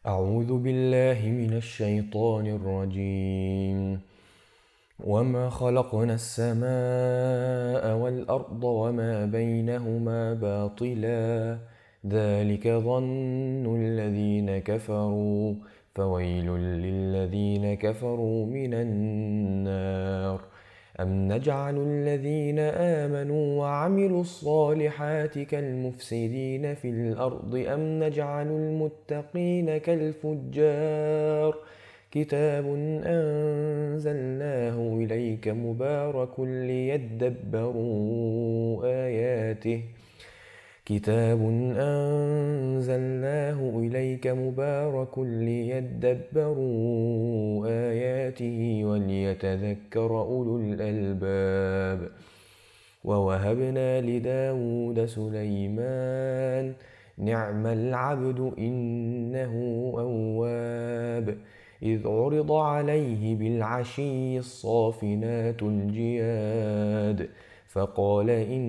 أعوذ بالله من الشيطان الرجيم. وما خلقنا السماء والأرض وما بينهما باطلا ذلك ظن الذين كفروا فويل للذين كفروا من النار. أم نجعل الذين آمنوا وعملوا الصالحات كالمفسدين في الأرض أم نجعل المتقين كالفجار. كتاب أنزلناه إليك مبارك ليدبروا آياته كتاب أنزلناه إليك مبارك ليدبروا آياته وليتذكر أولو الألباب. ووهبنا لداود سليمان نعم العبد إنه أواب. إذ عرض عليه بالعشي الصافنات الجياد فقال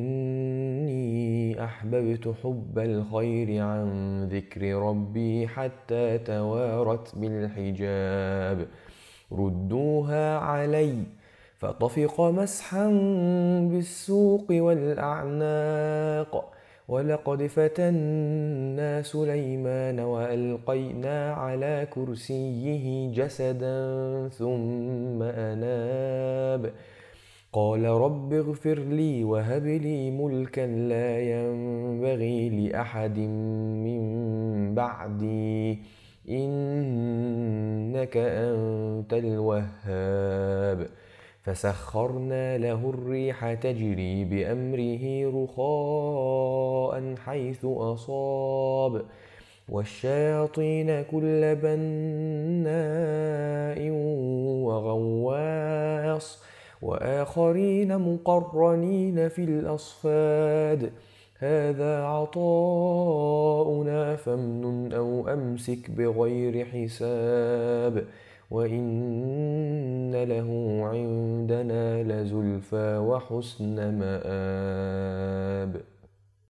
إني أحببت حب الخير عن ذكر ربي حتى توارت بالحجاب. ردوها علي فطفق مسحا بالسوق والأعناق. ولقد فتنا سليمان وألقينا على كرسيه جسدا ثم أناب. قال رب اغفر لي وهب لي ملكا لا ينبغي لأحد من بعدي إنك أنت الوهاب. فسخرنا له الريح تجري بأمره رخاء حيث أصاب والشياطين كل بناء وغواص وآخرين مقرنين في الأصفاد. هذا عطاؤنا فامنن أو أمسك بغير حساب وإن له عندنا لزلفى وحسن مآب.